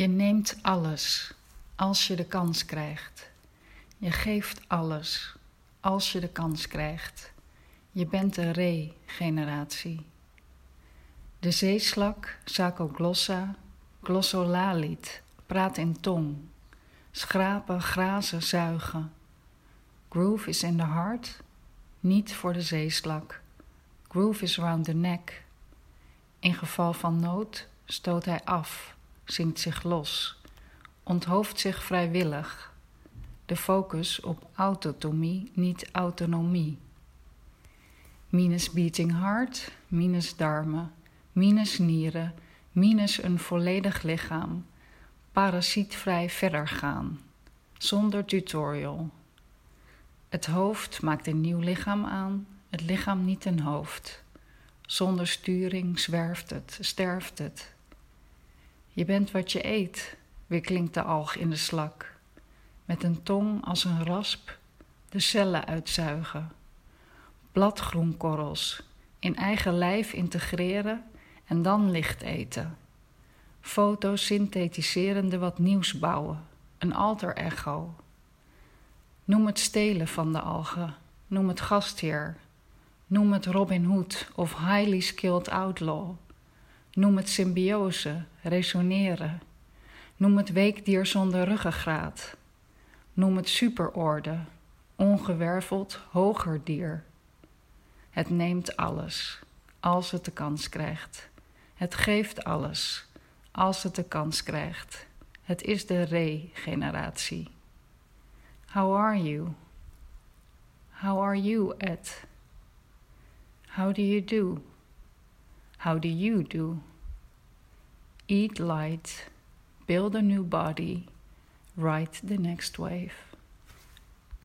Je neemt alles als je de kans krijgt. Je geeft alles als je de kans krijgt. Je bent de re-generatie. De zeeslak, Sacoglossa, glossolalit, praat in tong. Schrapen, grazen, zuigen. Groove is in the heart, niet voor de zeeslak. Groove is around the neck. In geval van nood stoot hij af, zingt zich los, onthoofdt zich vrijwillig. De focus op autotomie, niet autonomie. Minus beating heart, minus darmen, minus nieren, minus een volledig lichaam. Parasietvrij verder gaan, zonder tutorial. Het hoofd maakt een nieuw lichaam aan, het lichaam niet een hoofd. Zonder sturing zwerft het, sterft het. Je bent wat je eet, weer klinkt de alg in de slak. Met een tong als een rasp, de cellen uitzuigen. Bladgroenkorrels, in eigen lijf integreren en dan licht eten. Fotosynthetiserende wat nieuws bouwen, een alter ego. Noem het stelen van de algen, noem het gastheer. Noem het Robin Hood of highly skilled outlaw. Noem het symbiose, resoneren. Noem het weekdier zonder ruggengraat. Noem het superorde, ongewerveld hoger dier. Het neemt alles, als het de kans krijgt. Het geeft alles, als het de kans krijgt. Het is de re-generatie. How are you? How are you, Ed? How do you do? How do you do? Eat light, build a new body, ride the next wave.